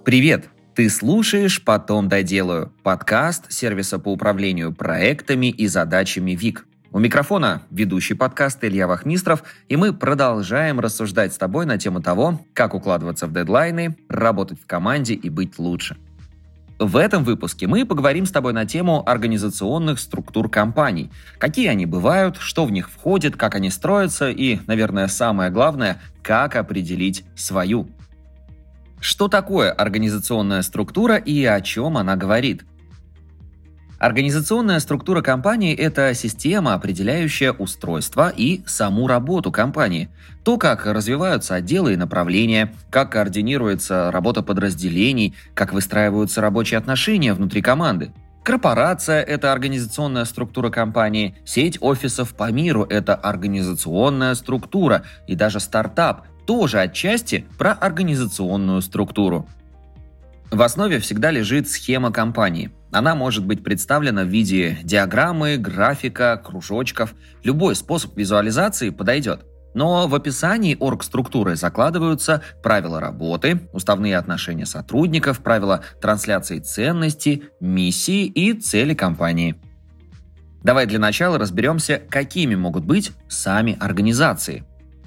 Привет! Ты слушаешь «Потом доделаю» – подкаст сервиса по управлению проектами и задачами ВИК. У микрофона ведущий подкаста Илья Вахмистров, и мы продолжаем рассуждать с тобой на тему того, как укладываться в дедлайны, работать в команде и быть лучше. В этом выпуске мы поговорим с тобой на тему организационных структур компаний. Какие они бывают, что в них входит, как они строятся и, наверное, самое главное, как определить свою. Что такое организационная структура и о чем она говорит? Организационная структура компании – это система, определяющая устройство и саму работу компании. То, как развиваются отделы и направления, как координируется работа подразделений, как выстраиваются рабочие отношения внутри команды. Корпорация – это организационная структура компании, сеть офисов по миру – это организационная структура, и даже стартап – тоже отчасти про организационную структуру. В основе всегда лежит схема компании. Она может быть представлена в виде диаграммы, графика, кружочков. Любой способ визуализации подойдет. Но в описании оргструктуры закладываются правила работы, уставные отношения сотрудников, правила трансляции ценностей, миссии и цели компании. Давай для начала разберемся, какими могут быть сами организации.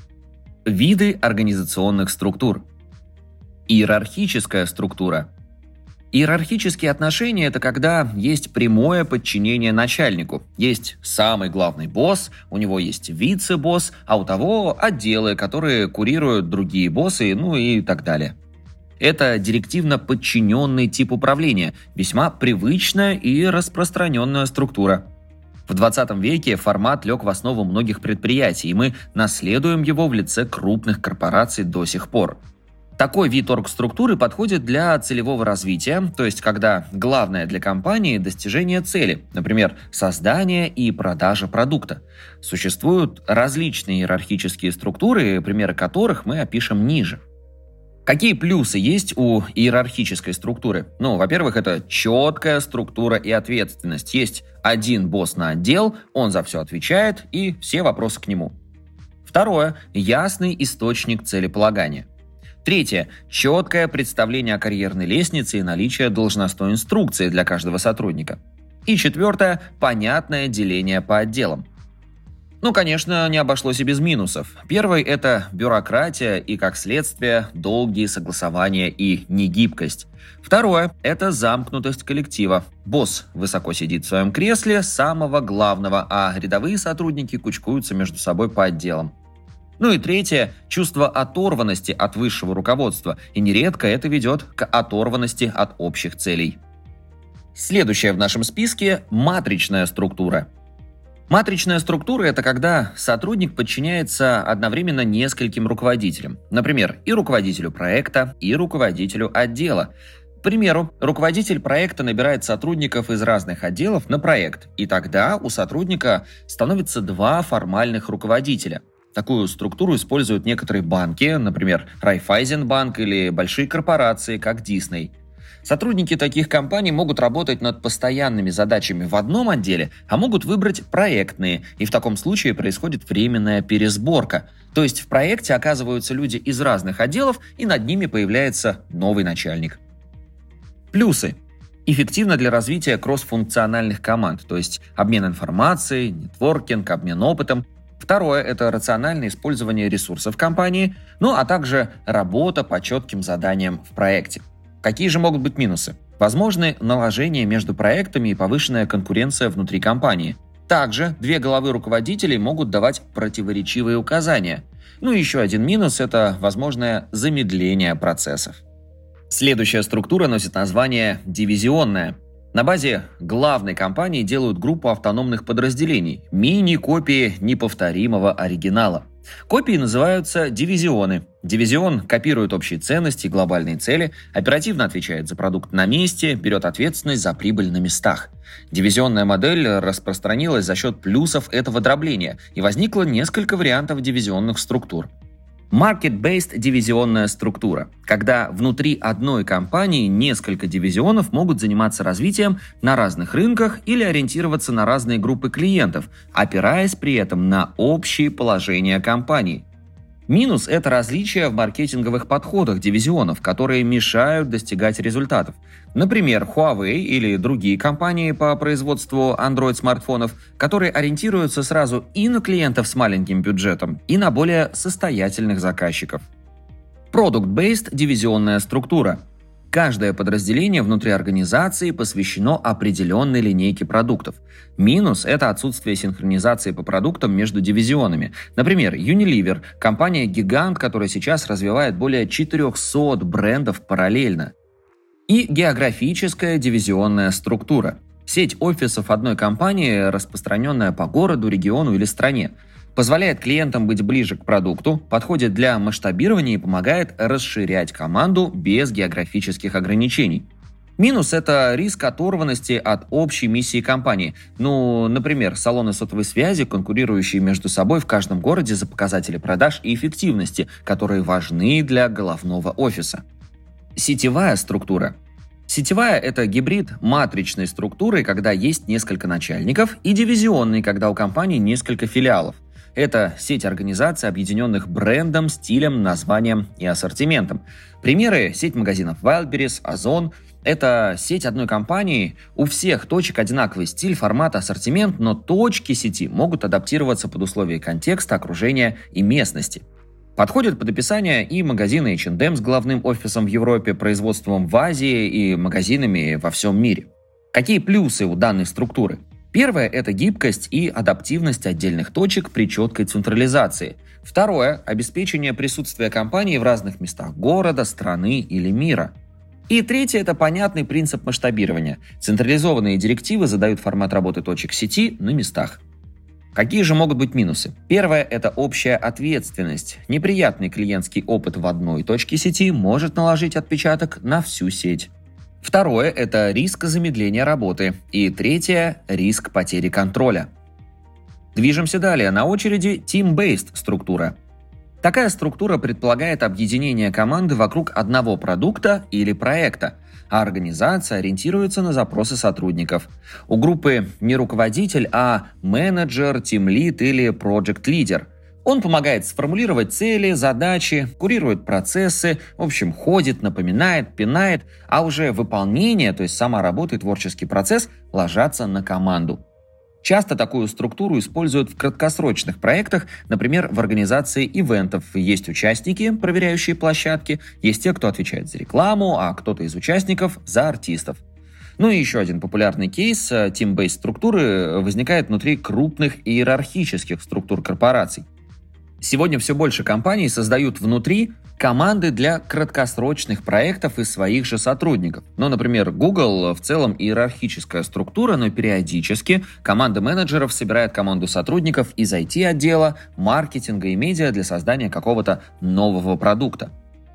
Виды организационных структур. Иерархическая структура. Иерархические отношения – это когда есть прямое подчинение начальнику. Есть самый главный босс, у него есть вице-босс, а у того отделы, которые курируют другие боссы, и так далее. Это директивно подчиненный тип управления, весьма привычная и распространенная структура. В 20 веке формат лег в основу многих предприятий, и мы наследуем его в лице крупных корпораций до сих пор. Такой вид оргструктуры подходит для целевого развития, то есть когда главное для компании – достижение цели, например, создание и продажа продукта. Существуют различные иерархические структуры, примеры которых мы опишем ниже. Какие плюсы есть у иерархической структуры? Во-первых, это четкая структура и ответственность. Есть один босс на отдел, он за все отвечает, и все вопросы к нему. Второе – ясный источник целеполагания. Третье – четкое представление о карьерной лестнице и наличие должностной инструкции для каждого сотрудника. И четвертое – понятное деление по отделам. Конечно, не обошлось и без минусов. Первый – это бюрократия и, как следствие, долгие согласования и негибкость. Второе – это замкнутость коллектива. Босс высоко сидит в своем кресле, самого главного, а рядовые сотрудники кучкуются между собой по отделам. И третье – чувство оторванности от высшего руководства, и нередко это ведет к оторванности от общих целей. Следующее в нашем списке – матричная структура. Матричная структура – это когда сотрудник подчиняется одновременно нескольким руководителям. Например, и руководителю проекта, и руководителю отдела. К примеру, руководитель проекта набирает сотрудников из разных отделов на проект, и тогда у сотрудника становится два формальных руководителя. Такую структуру используют некоторые банки, например, Райффайзенбанк или большие корпорации, как Disney. Сотрудники таких компаний могут работать над постоянными задачами в одном отделе, а могут выбрать проектные, и в таком случае происходит временная пересборка. То есть в проекте оказываются люди из разных отделов, и над ними появляется новый начальник. Плюсы. Эффективно для развития кроссфункциональных команд, то есть обмен информацией, нетворкинг, обмен опытом. Второе – это рациональное использование ресурсов компании, а также работа по четким заданиям в проекте. Какие же могут быть минусы? Возможны наложения между проектами и повышенная конкуренция внутри компании. Также две головы руководителей могут давать противоречивые указания. Еще один минус – это возможное замедление процессов. Следующая структура носит название дивизионная. На базе главной компании делают группу автономных подразделений, мини-копии неповторимого оригинала. Копии называются дивизионы. Дивизион копирует общие ценности и глобальные цели, оперативно отвечает за продукт на месте, берет ответственность за прибыль на местах. Дивизионная модель распространилась за счет плюсов этого дробления, и возникло несколько вариантов дивизионных структур. Market-based дивизионная структура, когда внутри одной компании несколько дивизионов могут заниматься развитием на разных рынках или ориентироваться на разные группы клиентов, опираясь при этом на общие положения компании. Минус – это различия в маркетинговых подходах дивизионов, которые мешают достигать результатов. Например, Huawei или другие компании по производству Android-смартфонов, которые ориентируются сразу и на клиентов с маленьким бюджетом, и на более состоятельных заказчиков. Product-based дивизионная структура. Каждое подразделение внутри организации посвящено определенной линейке продуктов. Минус – это отсутствие синхронизации по продуктам между дивизионами. Например, Unilever – компания-гигант, которая сейчас развивает более 400 брендов параллельно. И географическая дивизионная структура. Сеть офисов одной компании, распространенная по городу, региону или стране. Позволяет клиентам быть ближе к продукту, подходит для масштабирования и помогает расширять команду без географических ограничений. Минус – это риск оторванности от общей миссии компании. Например, салоны сотовой связи, конкурирующие между собой в каждом городе за показатели продаж и эффективности, которые важны для головного офиса. Сетевая структура. Сетевая – это гибрид матричной структуры, когда есть несколько начальников, и дивизионной, когда у компании несколько филиалов. Это сеть организаций, объединенных брендом, стилем, названием и ассортиментом. Примеры – сеть магазинов Wildberries, Озон. Это сеть одной компании, у всех точек одинаковый стиль, формат, ассортимент, но точки сети могут адаптироваться под условия контекста, окружения и местности. Подходят под описание и магазины H&M с главным офисом в Европе, производством в Азии и магазинами во всем мире. Какие плюсы у данной структуры? Первое – это гибкость и адаптивность отдельных точек при четкой централизации. Второе – обеспечение присутствия компании в разных местах города, страны или мира. И третье – это понятный принцип масштабирования. Централизованные директивы задают формат работы точек сети на местах. Какие же могут быть минусы? Первое – это общая ответственность. Неприятный клиентский опыт в одной точке сети может наложить отпечаток на всю сеть. Второе – это риск замедления работы. И третье – риск потери контроля. Движемся далее. На очереди team-based структура. Такая структура предполагает объединение команды вокруг одного продукта или проекта, а организация ориентируется на запросы сотрудников. У группы не руководитель, а менеджер, тимлид или проект-лидер. Он помогает сформулировать цели, задачи, курирует процессы, в общем, ходит, напоминает, пинает, а уже выполнение, то есть сама работа и творческий процесс, ложатся на команду. Часто такую структуру используют в краткосрочных проектах, например, в организации ивентов. Есть участники, проверяющие площадки, есть те, кто отвечает за рекламу, а кто-то из участников за артистов. И еще один популярный кейс team-based структуры возникает внутри крупных иерархических структур корпораций. Сегодня все больше компаний создают внутри команды для краткосрочных проектов из своих же сотрудников. Например, Google в целом иерархическая структура, но периодически команда менеджеров собирает команду сотрудников из IT-отдела, маркетинга и медиа для создания какого-то нового продукта.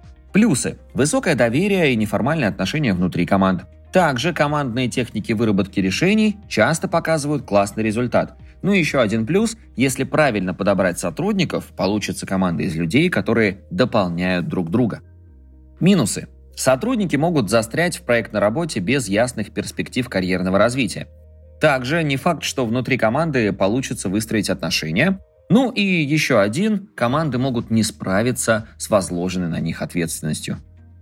Плюсы – высокое доверие и неформальные отношения внутри команд. Также командные техники выработки решений часто показывают классный результат. Еще один плюс – если правильно подобрать сотрудников, получится команда из людей, которые дополняют друг друга. Минусы. Сотрудники могут застрять в проектной работе без ясных перспектив карьерного развития. Также не факт, что внутри команды получится выстроить отношения. И еще один – команды могут не справиться с возложенной на них ответственностью.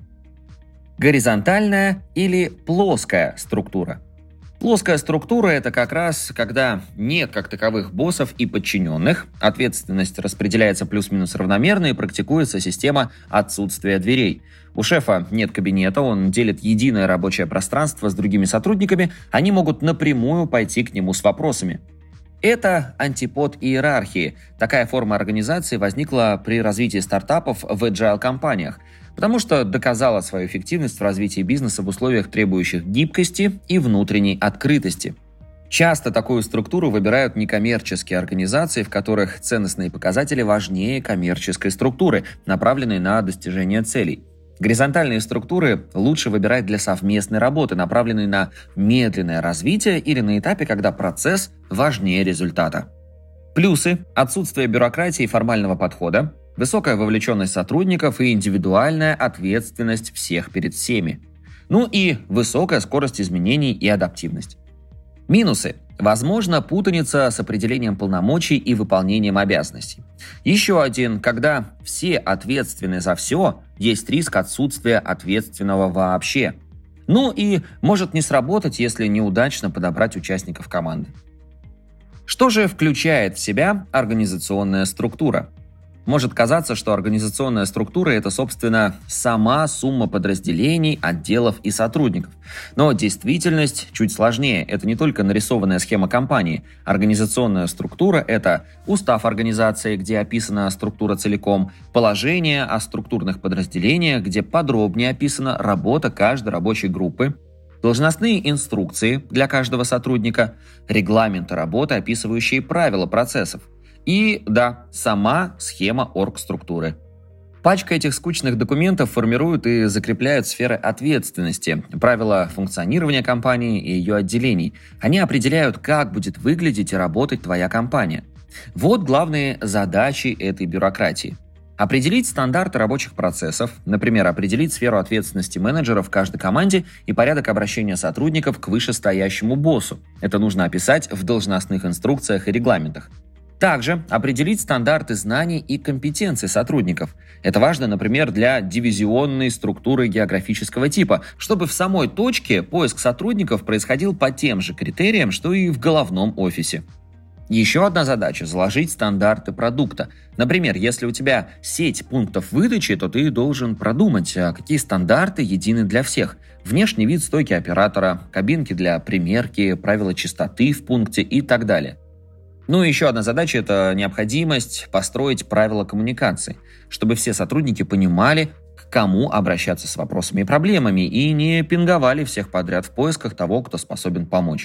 Горизонтальная или плоская структура. Плоская структура – это как раз когда нет как таковых боссов и подчиненных, ответственность распределяется плюс-минус равномерно и практикуется система отсутствия дверей. У шефа нет кабинета, он делит единое рабочее пространство с другими сотрудниками, они могут напрямую пойти к нему с вопросами. Это антипод иерархии. Такая форма организации возникла при развитии стартапов в agile-компаниях, потому что доказала свою эффективность в развитии бизнеса в условиях, требующих гибкости и внутренней открытости. Часто такую структуру выбирают некоммерческие организации, в которых ценностные показатели важнее коммерческой структуры, направленной на достижение целей. Горизонтальные структуры лучше выбирать для совместной работы, направленной на медленное развитие или на этапе, когда процесс важнее результата. Плюсы – отсутствие бюрократии и формального подхода, высокая вовлеченность сотрудников и индивидуальная ответственность всех перед всеми. И высокая скорость изменений и адаптивность. Минусы – Возможно, путаница с определением полномочий и выполнением обязанностей. Еще один, когда все ответственны за все, есть риск отсутствия ответственного вообще. Ну и может не сработать, если неудачно подобрать участников команды. Что же включает в себя организационная структура? Может казаться, что организационная структура – это, собственно, сама сумма подразделений, отделов и сотрудников. Но действительность чуть сложнее. Это не только нарисованная схема компании. Организационная структура – это устав организации, где описана структура целиком, положение о структурных подразделениях, где подробнее описана работа каждой рабочей группы, должностные инструкции для каждого сотрудника, регламенты работы, описывающие правила процессов. И, да, сама схема оргструктуры. Пачка этих скучных документов формирует и закрепляет сферы ответственности, правила функционирования компании и ее отделений. Они определяют, как будет выглядеть и работать твоя компания. Вот главные задачи этой бюрократии. Определить стандарты рабочих процессов, например, определить сферу ответственности менеджеров в каждой команде и порядок обращения сотрудников к вышестоящему боссу. Это нужно описать в должностных инструкциях и регламентах. Также определить стандарты знаний и компетенций сотрудников. Это важно, например, для дивизионной структуры географического типа, чтобы в самой точке поиск сотрудников происходил по тем же критериям, что и в головном офисе. Еще одна задача – заложить стандарты продукта. Например, если у тебя сеть пунктов выдачи, то ты должен продумать, какие стандарты едины для всех. Внешний вид стойки оператора, кабинки для примерки, правила чистоты в пункте и так далее. Ну и еще одна задача – это необходимость построить правила коммуникации, чтобы все сотрудники понимали, к кому обращаться с вопросами и проблемами, и не пинговали всех подряд в поисках того, кто способен помочь.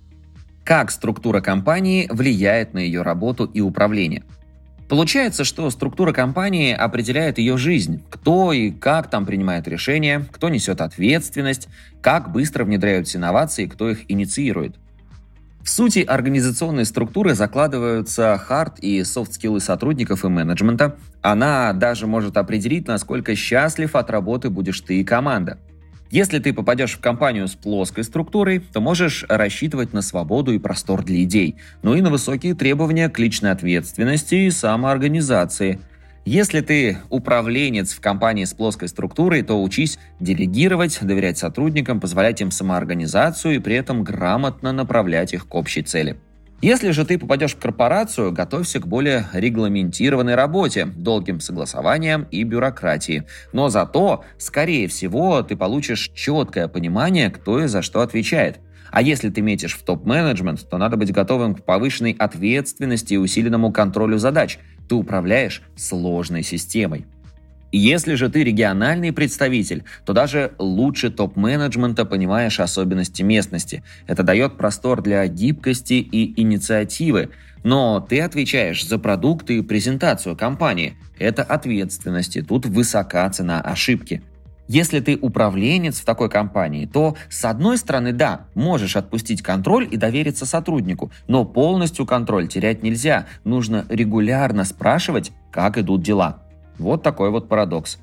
Как структура компании влияет на ее работу и управление? Получается, что структура компании определяет ее жизнь, кто и как там принимает решения, кто несет ответственность, как быстро внедряются инновации, кто их инициирует. В сути организационной структуры закладываются хард- и софт-скиллы сотрудников и менеджмента. Она даже может определить, насколько счастлив от работы будешь ты и команда. Если ты попадешь в компанию с плоской структурой, то можешь рассчитывать на свободу и простор для идей, ну и на высокие требования к личной ответственности и самоорганизации. Если ты управленец в компании с плоской структурой, то учись делегировать, доверять сотрудникам, позволять им самоорганизацию и при этом грамотно направлять их к общей цели. Если же ты попадешь в корпорацию, готовься к более регламентированной работе, долгим согласованиям и бюрократии. Но зато, скорее всего, ты получишь четкое понимание, кто и за что отвечает. А если ты метишь в топ-менеджмент, то надо быть готовым к повышенной ответственности и усиленному контролю задач. Ты управляешь сложной системой. Если же ты региональный представитель, то даже лучше топ-менеджмента понимаешь особенности местности. Это дает простор для гибкости и инициативы. Но ты отвечаешь за продукты и презентацию компании. Это ответственность, и тут высока цена ошибки. Если ты управленец в такой компании, то, с одной стороны, да, можешь отпустить контроль и довериться сотруднику, но полностью контроль терять нельзя. Нужно регулярно спрашивать, как идут дела. Вот такой вот парадокс.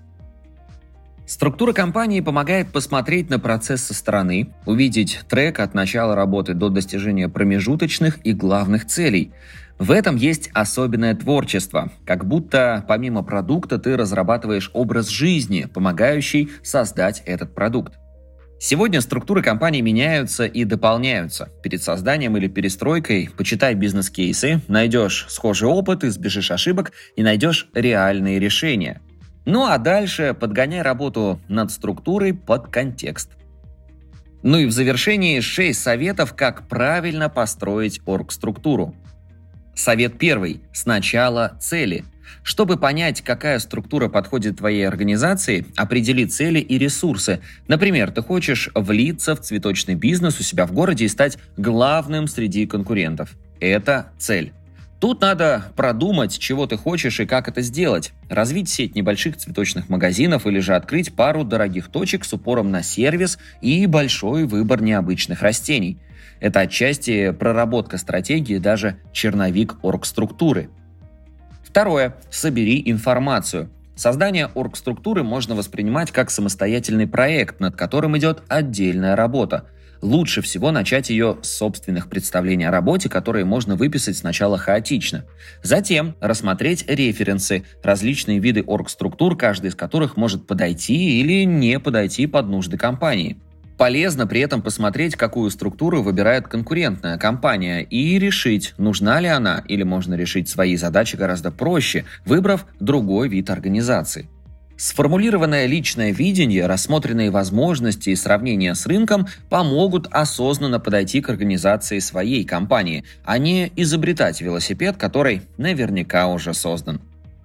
Структура компании помогает посмотреть на процесс со стороны, увидеть трек от начала работы до достижения промежуточных и главных целей. В этом есть особенное творчество, как будто помимо продукта ты разрабатываешь образ жизни, помогающий создать этот продукт. Сегодня структуры компаний меняются и дополняются. Перед созданием или перестройкой почитай бизнес-кейсы, найдешь схожий опыт, избежишь ошибок и найдешь реальные решения. Ну а дальше подгоняй работу над структурой под контекст. Ну и в завершении 6 советов, как правильно построить оргструктуру. Совет первый. Сначала цели. Чтобы понять, какая структура подходит твоей организации, определи цели и ресурсы. Например, ты хочешь влиться в цветочный бизнес у себя в городе и стать главным среди конкурентов. Это цель. Тут надо продумать, чего ты хочешь и как это сделать. Развить сеть небольших цветочных магазинов или же открыть пару дорогих точек с упором на сервис и большой выбор необычных растений. Это отчасти проработка стратегии, даже черновик оргструктуры. Второе. Собери информацию. Создание оргструктуры можно воспринимать как самостоятельный проект, над которым идет отдельная работа. Лучше всего начать ее с собственных представлений о работе, которые можно выписать сначала хаотично. Затем рассмотреть референсы, различные виды оргструктур, каждый из которых может подойти или не подойти под нужды компании. Полезно при этом посмотреть, какую структуру выбирает конкурентная компания, и решить, нужна ли она, или можно решить свои задачи гораздо проще, выбрав другой вид организации. Сформулированное личное видение, рассмотренные возможности и сравнения с рынком помогут осознанно подойти к организации своей компании, а не изобретать велосипед, который наверняка уже создан.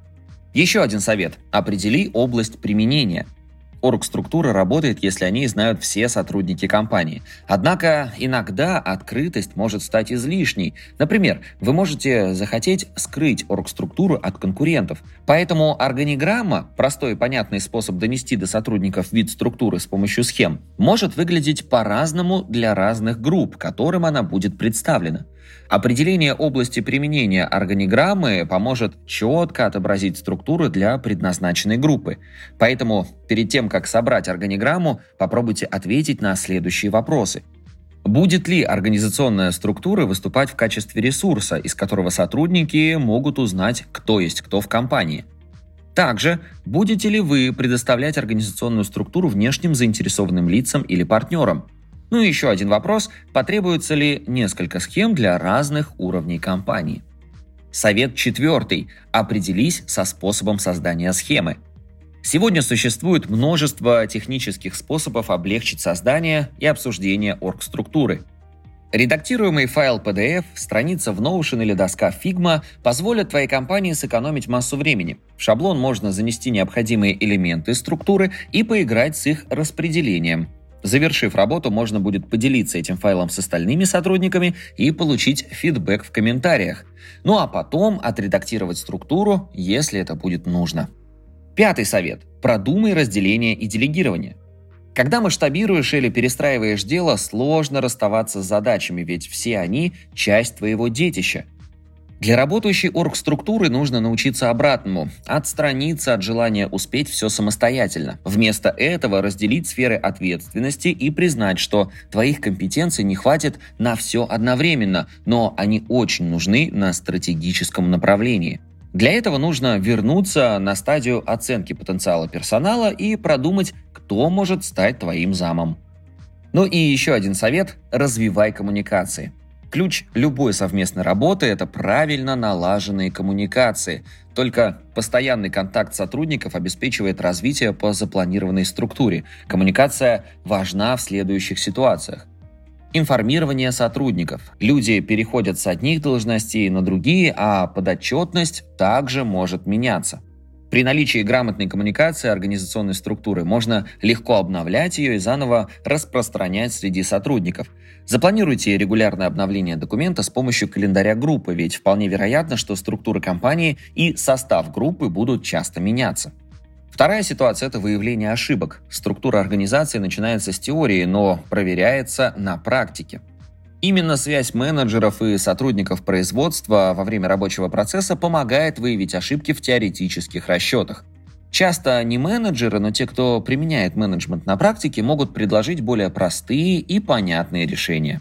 Еще один совет – определи область применения. Оргструктура работает, если о ней знают все сотрудники компании. Однако иногда открытость может стать излишней. Например, вы можете захотеть скрыть оргструктуру от конкурентов. Поэтому органиграмма, простой и понятный способ донести до сотрудников вид структуры с помощью схем, может выглядеть по-разному для разных групп, которым она будет представлена. Определение области применения органиграммы поможет четко отобразить структуру для предназначенной группы. Поэтому перед тем, как собрать органиграмму, попробуйте ответить на следующие вопросы. Будет ли организационная структура выступать в качестве ресурса, из которого сотрудники могут узнать, кто есть кто в компании? Также, будете ли вы предоставлять организационную структуру внешним заинтересованным лицам или партнерам? Ну и еще один вопрос – потребуется ли несколько схем для разных уровней компании? Совет 4. Определись со способом создания схемы. Сегодня существует множество технических способов облегчить создание и обсуждение оргструктуры. Редактируемый файл PDF, страница в Notion или доска Figma позволят твоей компании сэкономить массу времени. В шаблон можно занести необходимые элементы структуры и поиграть с их распределением. Завершив работу, можно будет поделиться этим файлом с остальными сотрудниками и получить фидбэк в комментариях. Ну а потом отредактировать структуру, если это будет нужно. 5. совет. Продумай разделение и делегирование. Когда масштабируешь или перестраиваешь дело, сложно расставаться с задачами, ведь все они – часть твоего детища. Для работающей оргструктуры нужно научиться обратному – отстраниться от желания успеть все самостоятельно. Вместо этого разделить сферы ответственности и признать, что твоих компетенций не хватит на все одновременно, но они очень нужны на стратегическом направлении. Для этого нужно вернуться на стадию оценки потенциала персонала и продумать, кто может стать твоим замом. Ну и еще один совет – развивай коммуникации. Ключ любой совместной работы – это правильно налаженные коммуникации. Только постоянный контакт сотрудников обеспечивает развитие по запланированной структуре. Коммуникация важна в следующих ситуациях. Информирование сотрудников. Люди переходят с одних должностей на другие, а подотчетность также может меняться. При наличии грамотной коммуникации организационной структуры можно легко обновлять ее и заново распространять среди сотрудников. Запланируйте регулярное обновление документа с помощью календаря группы, ведь вполне вероятно, что структура компании и состав группы будут часто меняться. Вторая ситуация – это выявление ошибок. Структура организации начинается с теории, но проверяется на практике. Именно связь менеджеров и сотрудников производства во время рабочего процесса помогает выявить ошибки в теоретических расчетах. Часто не менеджеры, но те, кто применяет менеджмент на практике, могут предложить более простые и понятные решения.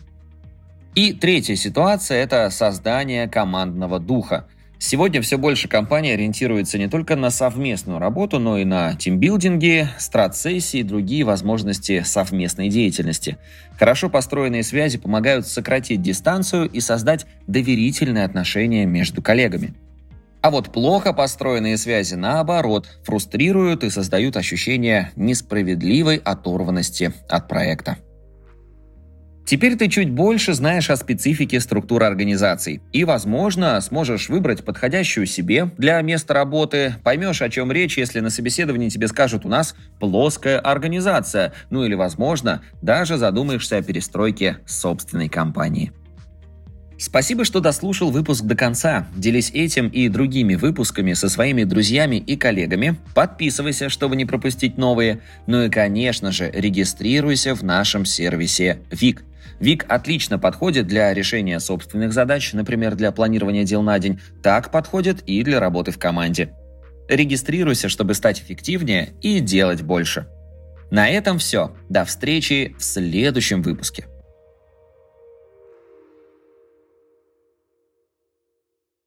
И третья ситуация – это создание командного духа. Сегодня все больше компаний ориентируется не только на совместную работу, но и на тимбилдинги, страт-сессии и другие возможности совместной деятельности. Хорошо построенные связи помогают сократить дистанцию и создать доверительные отношения между коллегами. А вот плохо построенные связи, наоборот, фрустрируют и создают ощущение несправедливой оторванности от проекта. Теперь ты чуть больше знаешь о специфике структуры организаций и, возможно, сможешь выбрать подходящую себе для места работы, поймешь, о чем речь, если на собеседовании тебе скажут «у нас плоская организация», ну или, возможно, даже задумаешься о перестройке собственной компании. Спасибо, что дослушал выпуск до конца. Делись этим и другими выпусками со своими друзьями и коллегами. Подписывайся, чтобы не пропустить новые. Ну и, конечно же, регистрируйся в нашем сервисе Вик. Вик отлично подходит для решения собственных задач, например, для планирования дел на день. Так подходит и для работы в команде. Регистрируйся, чтобы стать эффективнее и делать больше. На этом все. До встречи в следующем выпуске.